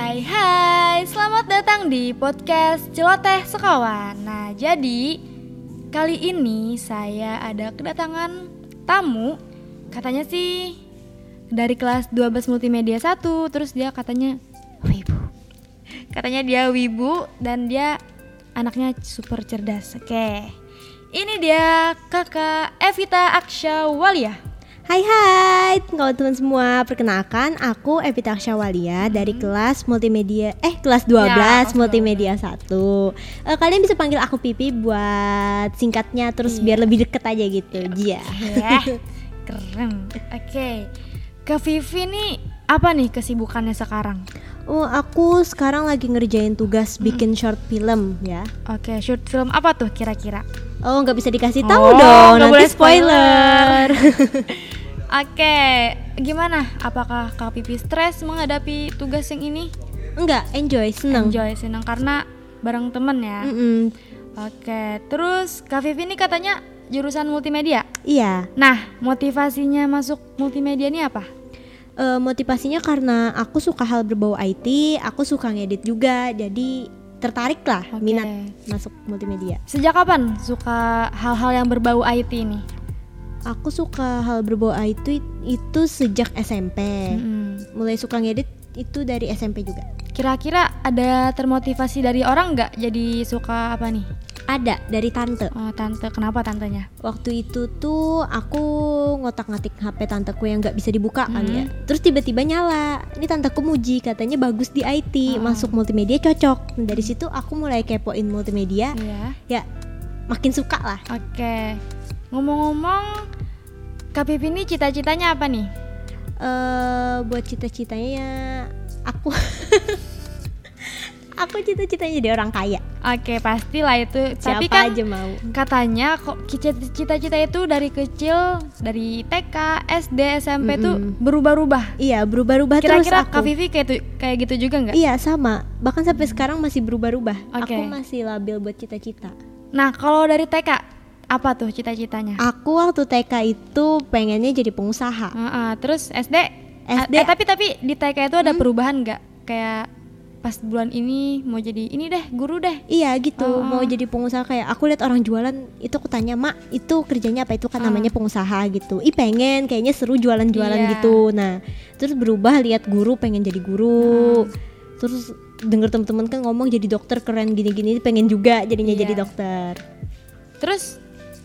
Hai, selamat datang di podcast Celoteh Sekawan. Nah, jadi kali ini saya ada kedatangan tamu. Katanya sih dari kelas 12 Multimedia 1. Terus dia katanya wibu. Katanya dia wibu dan dia anaknya super cerdas. Oke, ini dia kakak Evita Aksya Walia. Hai teman-teman semua, perkenalkan aku Evita Aksya Walia dari kelas multimedia kelas 12 Ya, multimedia 1. Kalian bisa panggil aku Pipi buat singkatnya terus biar lebih deket aja gitu. Iya. Ya, keren. Oke. Kak Vivi nih apa nih kesibukannya sekarang? Oh, aku sekarang lagi ngerjain tugas bikin short film ya. Oke, short film apa tuh kira-kira? Oh, nggak bisa dikasih tahu dong, nggak nanti boleh spoiler. Oke, gimana? Apakah Kak Pipi stres menghadapi tugas yang ini? Enggak, enjoy, seneng. Senang karena bareng temen ya. Oke, terus Kak Vivi ini katanya jurusan multimedia. Iya. Nah, motivasinya masuk multimedia ini apa? Motivasinya karena aku suka hal berbau IT, aku suka ngedit juga, jadi tertarik lah, minat masuk multimedia. Sejak kapan suka hal-hal yang berbau IT ini? Aku suka hal berbau IT itu sejak SMP. Mulai suka ngedit itu dari SMP juga. Kira-kira ada termotivasi dari orang nggak jadi suka apa nih? Ada, dari tante. Oh, tante. Kenapa tantenya? Waktu itu tuh aku ngotak-ngatik HP tanteku yang nggak bisa dibuka kan ya. Terus tiba-tiba nyala. Ini tanteku muji, katanya bagus di IT, masuk multimedia cocok. Dan dari situ aku mulai kepoin multimedia. Ya, makin suka lah. Oke. Ngomong-ngomong, Kak Pipi ini cita-citanya apa nih? Buat cita-citanya aku aku cita-citanya jadi orang kaya. Oke, pastilah itu. Siapa Tapi kan aja mau. katanya kok cita-cita itu dari kecil, dari TK, SD, SMP tuh berubah-ubah. Iya, berubah-ubah terus. Kira-kira Kak Vivi kayak gitu juga nggak? Iya, sama. Bahkan sampai sekarang masih berubah-ubah. Oke. Aku masih labil buat cita-cita. Nah, kalau dari TK apa tuh cita-citanya? Aku waktu TK itu pengennya jadi pengusaha. Terus SD? Tapi di TK itu ada perubahan nggak? Kayak pas bulan ini mau jadi ini deh, guru deh. Iya gitu, mau jadi pengusaha. Kayak aku lihat orang jualan itu, aku tanya, "Mak, itu kerjanya apa?" Itu kan namanya pengusaha gitu. Pengen, kayaknya seru jualan-jualan gitu. Nah, terus berubah lihat guru, pengen jadi guru. Terus denger teman-teman kan ngomong jadi dokter keren gini-gini, pengen juga jadinya jadi dokter. Terus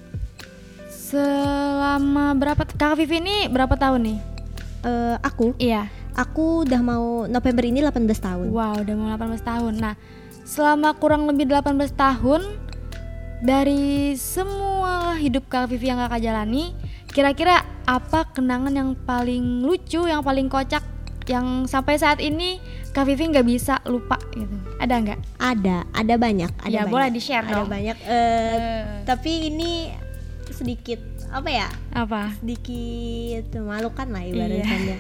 selama Kak Vivi ini berapa tahun nih? Aku? Iya. Aku udah mau November ini 18 tahun. Wow, udah mau 18 tahun. Nah, selama kurang lebih 18 tahun dari semua hidup Kak Vivi yang Kakak jalani, kira-kira apa kenangan yang paling lucu, yang paling kocak, yang sampai saat ini Kak Vivi nggak bisa lupa gitu? Ada nggak? Ada banyak. Ada banyak. Boleh di-share dong. Ada banyak. Tapi ini sedikit sedikit memalukan lah ibaratnya.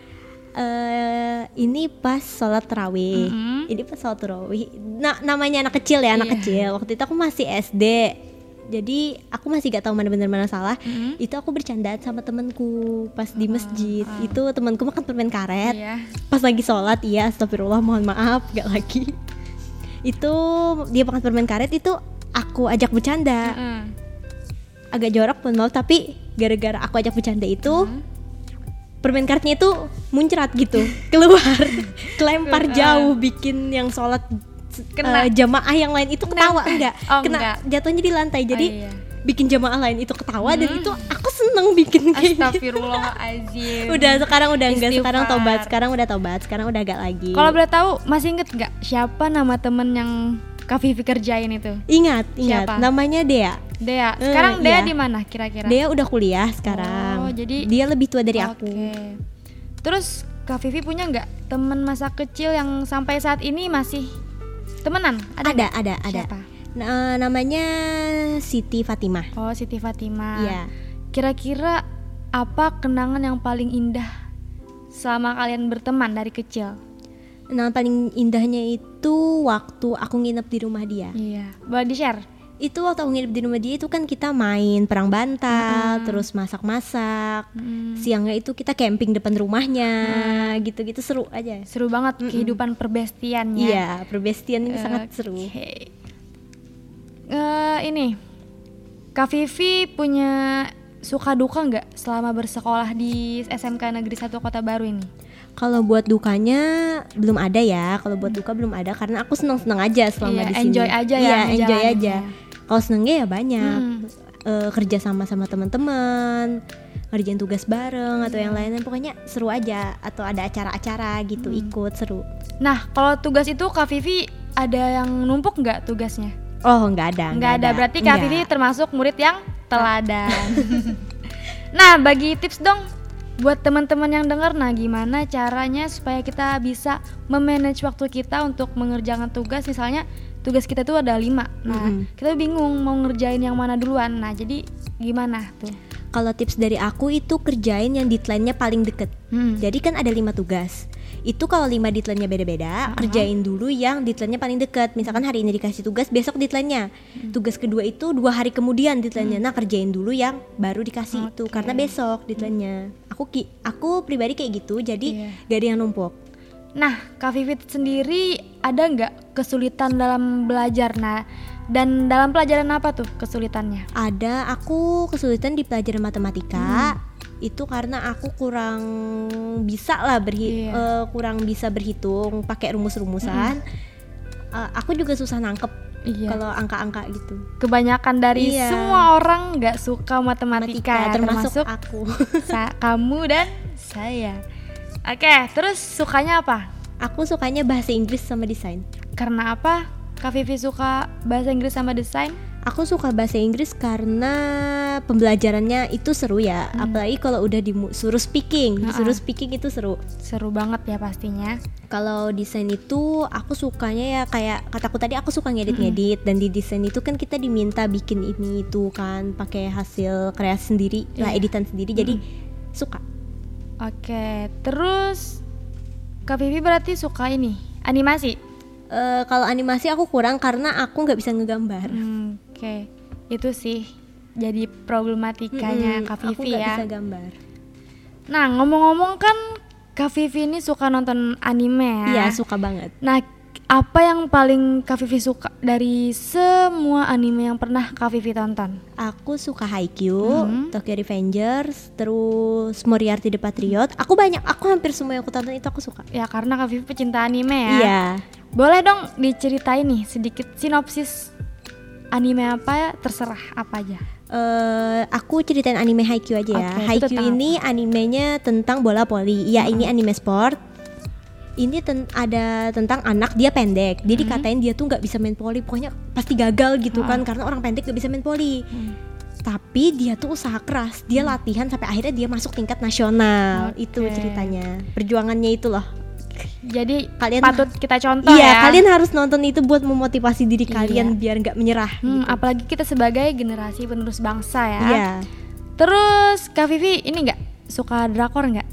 Ini pas sholat tarawih. Nah, namanya anak kecil ya, anak kecil. Waktu itu aku masih SD, jadi aku masih gak tahu mana benar mana salah. Itu aku bercandaan sama temanku pas di masjid. Itu temanku makan permen karet. Pas lagi sholat, astagfirullah, mohon maaf, gak lagi. Itu dia makan permen karet, itu aku ajak bercanda. Agak jorok, mohon maaf, tapi gara-gara aku ajak bercanda itu permen karetnya itu muncrat gitu, keluar, kelempar jauh, bikin yang sholat jamaah yang lain itu ketawa. Kena jatuhnya di lantai, jadi bikin jamaah lain itu ketawa. Dan itu aku seneng bikin kayak Astagfirullahaladzim. Sekarang udah enggak, sekarang udah tobat, sekarang udah agak lagi. Kalau boleh tahu, masih inget nggak siapa nama temen yang Kak Vivi kerjain itu? Ingat. Siapa? Namanya Dea. Sekarang Dea di mana kira-kira? Dea udah kuliah sekarang. Jadi dia lebih tua dari aku. Terus Kak Vivi punya nggak teman masa kecil yang sampai saat ini masih temenan? Ada. Siapa? Namanya Siti Fatimah. Oh, Siti Fatimah. Iya. Kira-kira apa kenangan yang paling indah selama kalian berteman dari kecil? Nah, paling indahnya itu waktu aku nginep di rumah dia. Iya. Boleh di-share? Itu waktu aku nginep di rumah dia itu kan kita main perang bantal, terus masak-masak. Siangnya itu kita camping depan rumahnya, gitu-gitu seru aja. Seru banget kehidupan perbestiannya. Iya, perbestian ini sangat seru. Ini Kak Vivi punya suka duka nggak selama bersekolah di SMK Negeri 1 Kota Baru ini? Kalau buat dukanya belum ada ya. Kalau buat duka belum ada karena aku senang-senang aja selama di sini. Enjoy aja ya. Iya, enjoy aja. Kalau senengnya ya banyak. Kerja sama teman-teman, ngerjain tugas bareng atau yang lainnya, pokoknya seru aja. Atau ada acara-acara gitu ikut seru. Nah, kalau tugas itu Kak Vivi ada yang numpuk nggak tugasnya? Oh, nggak ada. Berarti Kak Vivi termasuk murid yang teladan. Nah, bagi tips dong buat teman-teman yang dengar, nah gimana caranya supaya kita bisa memanage waktu kita untuk mengerjakan tugas. Misalnya tugas kita tuh ada 5. Nah, kita bingung mau ngerjain yang mana duluan. Nah, jadi gimana tuh? Kalau tips dari aku itu kerjain yang deadline-nya paling deket. Jadi kan ada 5 tugas. Itu kalau 5 deadline-nya beda-beda, kerjain dulu yang deadline-nya paling deket. Misalkan hari ini dikasih tugas, besok deadline-nya. Tugas kedua itu 2 hari kemudian deadline-nya. Nah, kerjain dulu yang baru dikasih itu karena besok deadline-nya. Aku pribadi kayak gitu, jadi gak ada yang numpuk. Nah, Kak Vivi sendiri ada nggak kesulitan dalam belajar? Nah, dan dalam pelajaran apa tuh kesulitannya? Ada, aku kesulitan di pelajaran matematika. Itu karena aku kurang bisa lah kurang bisa berhitung pakai rumus-rumusan. Aku juga susah nangkep kalau angka-angka gitu. Kebanyakan dari semua orang nggak suka matematika, termasuk aku. Kamu dan saya. Oke, terus sukanya apa? Aku sukanya bahasa Inggris sama desain. Karena apa Kak Vivi suka bahasa Inggris sama desain? Aku suka bahasa Inggris karena pembelajarannya itu seru ya. Apalagi kalau udah disuruh speaking. Disuruh speaking itu seru. Seru banget ya pastinya. Kalau desain itu aku sukanya ya kayak kataku tadi, aku suka ngedit-ngedit. Dan di desain itu kan kita diminta bikin ini itu kan, pakai hasil kreasi sendiri lah, editan sendiri. Jadi suka. Oke, terus Kak Vivi berarti suka ini animasi? Kalau animasi aku kurang karena aku nggak bisa ngegambar. Oke, itu sih jadi problematikanya Kak Vivi aku nggak ya. bisa gambar. Nah, ngomong-ngomong kan Kak Vivi ini suka nonton anime ya? Iya, suka banget. Nah, apa yang paling Kak Vivi suka dari semua anime yang pernah Kak Vivi tonton? Aku suka Haikyuu, Tokyo Revengers, terus Moriarty the Patriot. Aku hampir semua yang aku tonton itu aku suka. Ya, karena Kak Vivi pecinta anime ya. Iya. Boleh dong diceritain nih sedikit sinopsis anime apa ya, terserah apa aja. Aku ceritain anime Haikyuu aja ya. Haikyuu ini animenya tentang bola voli. Ya, ini anime sport. Ini ada tentang anak, dia pendek. Dia dikatain dia tuh nggak bisa main voli, pokoknya pasti gagal gitu kan, karena orang pendek nggak bisa main voli. Tapi dia tuh usaha keras, dia latihan sampai akhirnya dia masuk tingkat nasional. Itu ceritanya, perjuangannya itu loh. Jadi kalian patut kita contoh ya. Kalian harus nonton itu buat memotivasi diri kalian biar nggak menyerah. Gitu. Apalagi kita sebagai generasi penerus bangsa ya. Iya. Terus Kak Vivi ini nggak suka drakor nggak?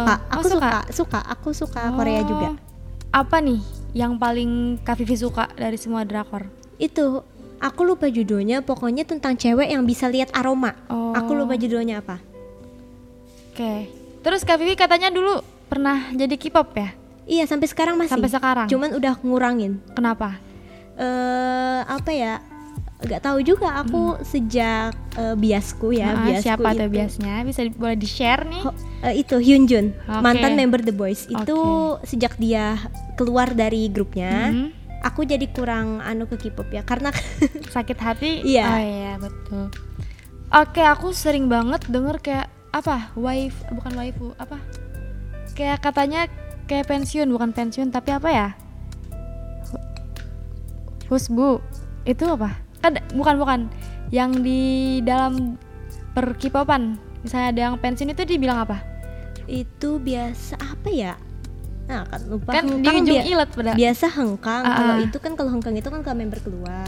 Aku suka Korea juga. Apa nih yang paling Kak Vivi suka dari semua drakor? Itu aku lupa judulnya, pokoknya tentang cewek yang bisa lihat aroma. Aku lupa judulnya apa. Oke. Terus Kak Vivi katanya dulu pernah jadi K-pop ya? Iya, sampai sekarang masih. Sampai sekarang. Cuman udah ngurangin. Kenapa? Apa ya? Gak tahu juga aku sejak biasku ya. Biasku siapa tuh biasnya? Bisa boleh di share nih? Itu Hyunjun, mantan member The Boys. Itu sejak dia keluar dari grupnya, aku jadi kurang ke K-pop ya, karena sakit hati. Iya. Oh iya betul. Oke, aku sering banget denger kayak apa? Bukan waifu, apa? Kayak katanya kayak pensiun, bukan pensiun tapi apa ya? Husbu. Itu apa? Bukan yang di dalam per-K-popan. Misalnya ada yang pensiun itu dibilang apa? Itu biasa apa ya? Nah, kan lupa. Kan di ujung ilet pada. Biasa hengkang. Kalau itu kan, kalau hengkang itu kan kalau member keluar.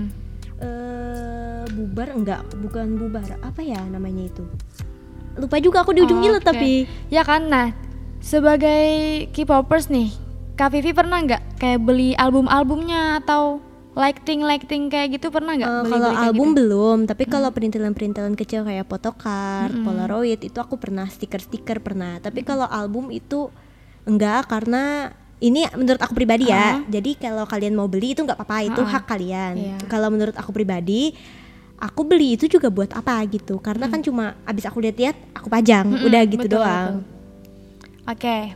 Bubar enggak, bukan bubar. Apa ya namanya itu? Lupa juga aku di ujung ilet tapi. Ya kan, nah sebagai K-popers nih, Kak Vivi pernah nggak kayak beli album-albumnya atau lighting kayak gitu pernah nggak? Kalau album gitu? belum, tapi kalau perintilan-perintilan kecil kayak photocard, polaroid itu aku pernah, stiker pernah. Tapi kalau album itu enggak, karena ini menurut aku pribadi ya. Jadi kalau kalian mau beli itu nggak apa-apa, itu hak kalian. Kalau menurut aku pribadi, aku beli itu juga buat apa gitu? Karena kan cuma abis aku lihat-lihat, aku pajang, udah gitu betul, doang. Oke.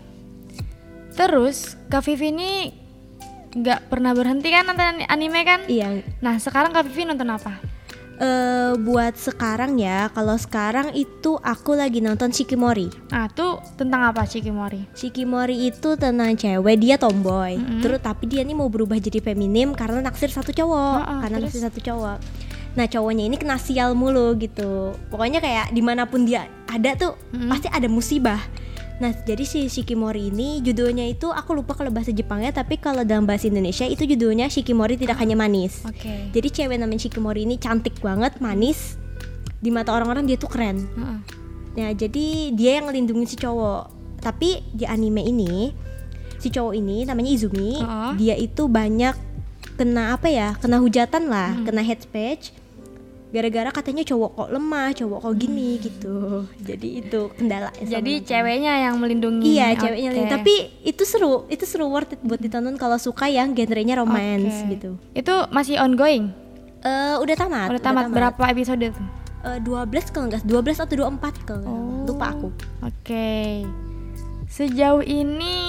Terus Kak Vivi ini nggak pernah berhenti kan nonton anime kan? Iya. Nah sekarang Kak Vivi nonton apa? Buat sekarang ya, kalau sekarang itu aku lagi nonton Shikimori. Nah tuh tentang apa Shikimori? Shikimori itu tentang cewek, dia tomboy. Terus tapi dia nih mau berubah jadi feminim karena naksir satu cowok. Naksir satu cowok. Nah cowoknya ini kena sial mulu gitu. Pokoknya kayak dimanapun dia ada tuh pasti ada musibah. Nah jadi si Shikimori ini judulnya itu aku lupa kalau bahasa Jepangnya, tapi kalau dalam bahasa Indonesia itu judulnya Shikimori Tidak Hanya Manis. Jadi cewek namanya Shikimori ini cantik banget, manis, di mata orang-orang dia tuh keren. Nah jadi dia yang ngelindungin si cowok. Tapi di anime ini si cowok ini namanya Izumi, dia itu banyak kena kena hujatan lah, kena hate speech. Gara-gara katanya cowok kok lemah, cowok kok gini gitu. Jadi itu kendala. Jadi ceweknya yang melindungi. Iya, ceweknya. Tapi itu seru worth it buat ditonton kalau suka yang genrenya romance gitu. Itu masih ongoing? Udah tamat. Berapa episode tuh? 12 kalau nggak, 12 atau 24 kalau nggak, lupa aku. Oke. Sejauh ini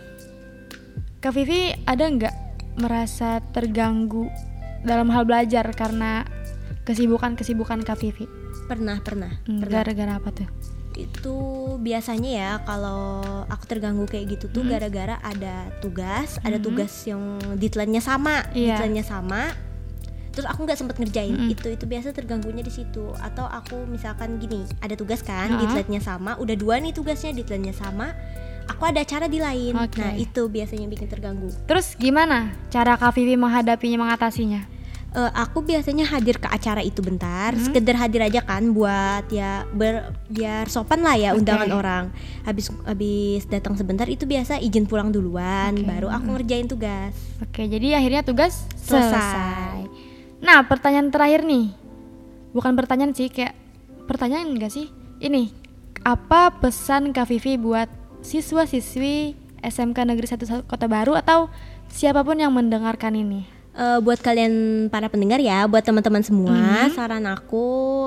Kak Vivi ada nggak merasa terganggu dalam hal belajar karena kesibukan Kak Vivi? Pernah. Gara-gara apa tuh? Itu biasanya ya kalau aku terganggu kayak gitu tuh gara-gara ada tugas yang deadline-nya sama, terus aku nggak sempet ngerjain. Itu biasa terganggunya di situ. Atau aku misalkan gini, ada tugas kan, deadline-nya sama, udah 2 nih tugasnya, deadline-nya sama, aku ada acara di lain. Nah itu biasanya bikin terganggu. Terus gimana cara Kak Vivi mengatasinya? Aku biasanya hadir ke acara itu bentar, sekedar hadir aja kan, buat ya biar sopan lah ya undangan orang. Habis datang sebentar itu biasa izin pulang duluan, baru aku ngerjain tugas. Jadi akhirnya tugas selesai. Nah pertanyaan terakhir nih, bukan pertanyaan sih, kayak pertanyaan enggak sih? Ini, apa pesan Kak Vivi buat siswa-siswi SMK Negeri 1 Kota Baru atau siapapun yang mendengarkan ini? Buat kalian para pendengar ya, buat teman-teman semua, saran aku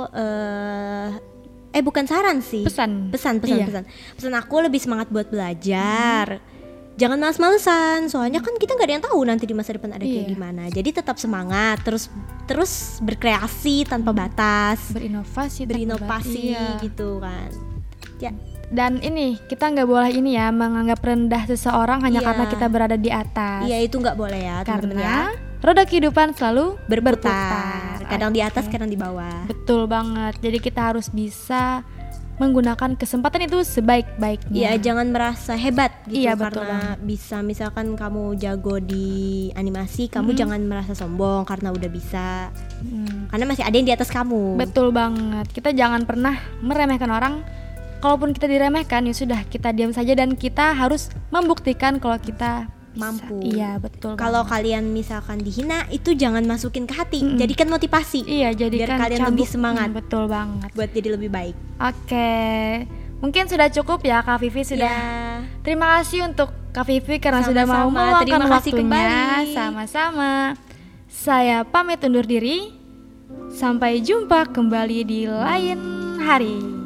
bukan saran sih, pesan aku lebih semangat buat belajar. Jangan males-malesan, soalnya kan kita nggak ada yang tahu nanti di masa depan ada kayak gimana. Jadi tetap semangat, terus berkreasi tanpa batas, berinovasi gitu kan ya. Dan ini kita nggak boleh menganggap rendah seseorang hanya karena kita berada di atas. Iya, itu nggak boleh ya, teman-teman ya. Roda kehidupan selalu berputar. Kadang di atas, kadang di bawah. Betul banget. Jadi kita harus bisa menggunakan kesempatan itu sebaik-baiknya. Iya, jangan merasa hebat gitu. Iya, karena bisa, misalkan kamu jago di animasi, kamu jangan merasa sombong karena udah bisa. Karena masih ada yang di atas kamu. Betul banget. Kita jangan pernah meremehkan orang. Kalaupun kita diremehkan, ya sudah, kita diam saja dan kita harus membuktikan kalau kita mampu. Iya, betul. Kalau kalian misalkan dihina, itu jangan masukin ke hati. Jadikan motivasi. Iya, jadikan biar kalian lebih semangat. Betul banget. Buat jadi lebih baik. Oke. Mungkin sudah cukup ya Kak Vivi sudah. Terima kasih untuk Kak Vivi karena sudah mau meluangkan waktunya. Sama-sama. Saya pamit undur diri. Sampai jumpa kembali di lain hari.